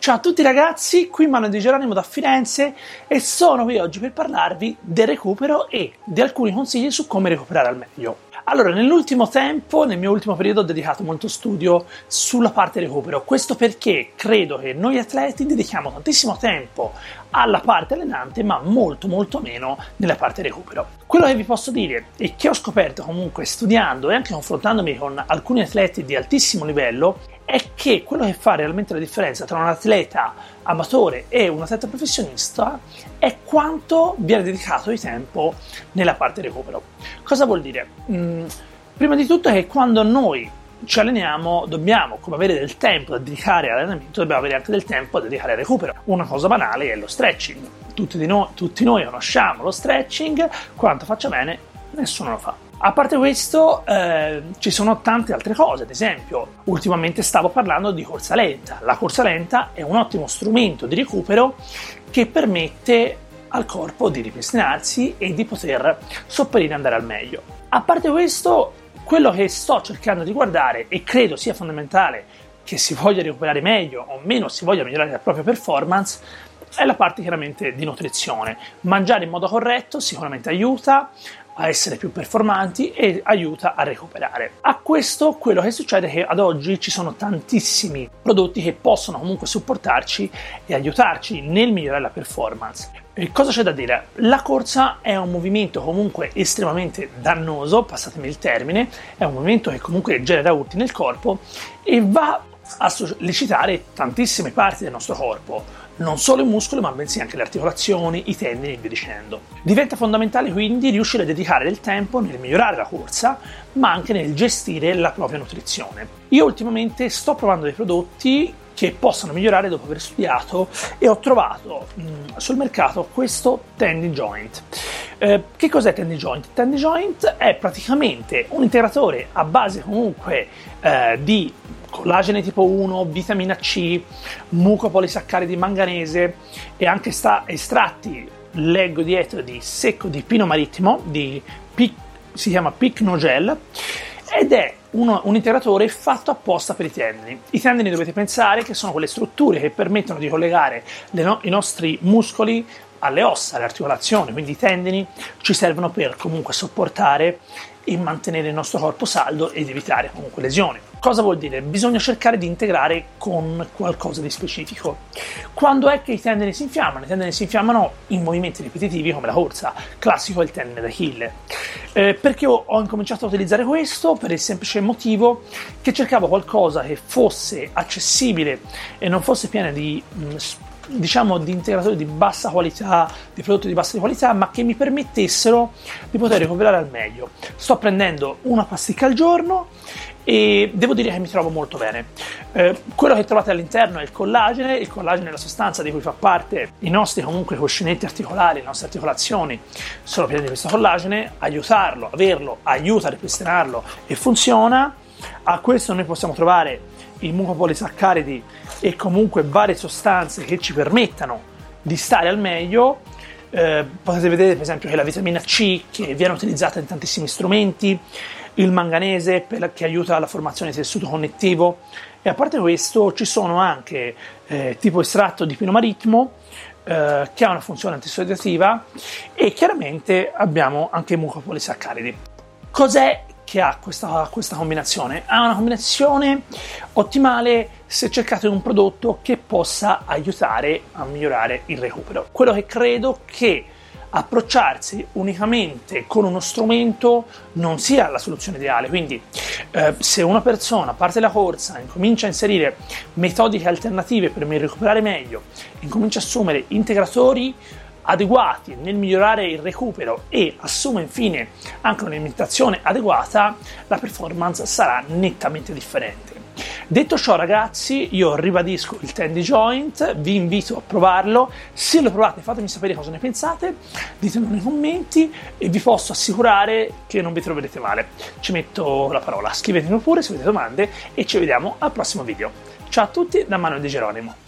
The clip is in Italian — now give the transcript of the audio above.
Ciao a tutti ragazzi, qui Manuel Di Geronimo da Firenze e sono qui oggi per parlarvi del recupero e di alcuni consigli su come recuperare al meglio. Allora, nell'ultimo tempo, nel mio ultimo periodo, ho dedicato molto studio sulla parte recupero. Questo perché credo che noi atleti dedichiamo tantissimo tempo alla parte allenante, ma molto meno nella parte recupero. Quello che vi posso dire e che ho scoperto comunque studiando e anche confrontandomi con alcuni atleti di altissimo livello è che quello che fa realmente la differenza tra un atleta amatore e un atleta professionista è quanto viene dedicato di tempo nella parte recupero. Cosa vuol dire? Prima di tutto è che quando noi ci alleniamo dobbiamo, come avere del tempo da dedicare all'allenamento, dobbiamo avere anche del tempo da dedicare al recupero. Una cosa banale è lo stretching. Tutti noi conosciamo lo stretching, quanto faccia bene nessuno lo fa. A parte questo ci sono tante altre cose, ad esempio ultimamente stavo parlando di corsa lenta. La corsa lenta è un ottimo strumento di recupero che permette al corpo di ripristinarsi e di poter sopperire e andare al meglio. A parte questo, quello che sto cercando di guardare e credo sia fondamentale che si voglia recuperare meglio o meno si voglia migliorare la propria performance è la parte chiaramente di nutrizione. Mangiare in modo corretto sicuramente aiuta a essere più performanti e aiuta a recuperare. A questo quello che succede è che ad oggi ci sono tantissimi prodotti che possono comunque supportarci e aiutarci nel migliorare la performance. E cosa c'è da dire? La corsa è un movimento comunque estremamente dannoso, passatemi il termine, è un movimento che comunque genera urti nel corpo e va a sollecitare tantissime parti del nostro corpo, non solo i muscoli ma bensì anche le articolazioni, i tendini e via dicendo. Diventa fondamentale quindi riuscire a dedicare del tempo nel migliorare la corsa ma anche nel gestire la propria nutrizione. Io ultimamente sto provando dei prodotti che possono migliorare dopo aver studiato e ho trovato sul mercato questo Tendon Joint. Che cos'è Tendon Joint? Tendon Joint è praticamente un integratore a base comunque di collagene tipo 1, vitamina C, mucopolisaccaridi manganese e anche estratti, leggo dietro, di secco di pino marittimo, si chiama Pycnogel, ed è un integratore fatto apposta per i tendini. I tendini dovete pensare che sono quelle strutture che permettono di collegare i nostri muscoli alle ossa, alle articolazioni, quindi i tendini ci servono per comunque sopportare e mantenere il nostro corpo saldo ed evitare comunque lesioni. Cosa vuol dire? Bisogna cercare di integrare con qualcosa di specifico. Quando è che i tendini si infiammano? I tendini si infiammano in movimenti ripetitivi come la corsa, classico è il tendine d'Achille. Perché ho incominciato a utilizzare questo? Per il semplice motivo che cercavo qualcosa che fosse accessibile e non fosse pieno di integratori di bassa qualità, di prodotti di bassa qualità, ma che mi permettessero di poter recuperare al meglio. Sto prendendo una pasticca al giorno e devo dire che mi trovo molto bene. Quello che trovate all'interno è il collagene è la sostanza di cui fa parte i nostri comunque cuscinetti articolari, le nostre articolazioni sono piene di questo collagene. Averlo aiuta a ripristinarlo e funziona. A questo noi possiamo trovare i mucopolisaccaridi e comunque varie sostanze che ci permettano di stare al meglio. Potete vedere per esempio che la vitamina C, che viene utilizzata in tantissimi strumenti, il manganese che aiuta alla formazione del tessuto connettivo, e a parte questo ci sono anche tipo estratto di pino marittimo che ha una funzione antissudativa, e chiaramente abbiamo anche mucopolisaccaridi. Cos'è che ha questa combinazione? Ha una combinazione ottimale se cercate un prodotto che possa aiutare a migliorare il recupero. Quello che credo che approcciarsi unicamente con uno strumento non sia la soluzione ideale, quindi se una persona parte la corsa, incomincia a inserire metodiche alternative per recuperare meglio, incomincia a assumere integratori adeguati nel migliorare il recupero e assume infine anche un'alimentazione adeguata, la performance sarà nettamente differente. Detto ciò ragazzi, io ribadisco il Tendon Joint, vi invito a provarlo. Se lo provate fatemi sapere cosa ne pensate, ditemelo nei commenti e vi posso assicurare che non vi troverete male. Ci metto la parola, scrivetemi pure se avete domande e ci vediamo al prossimo video. Ciao a tutti da Manuel Di Geronimo.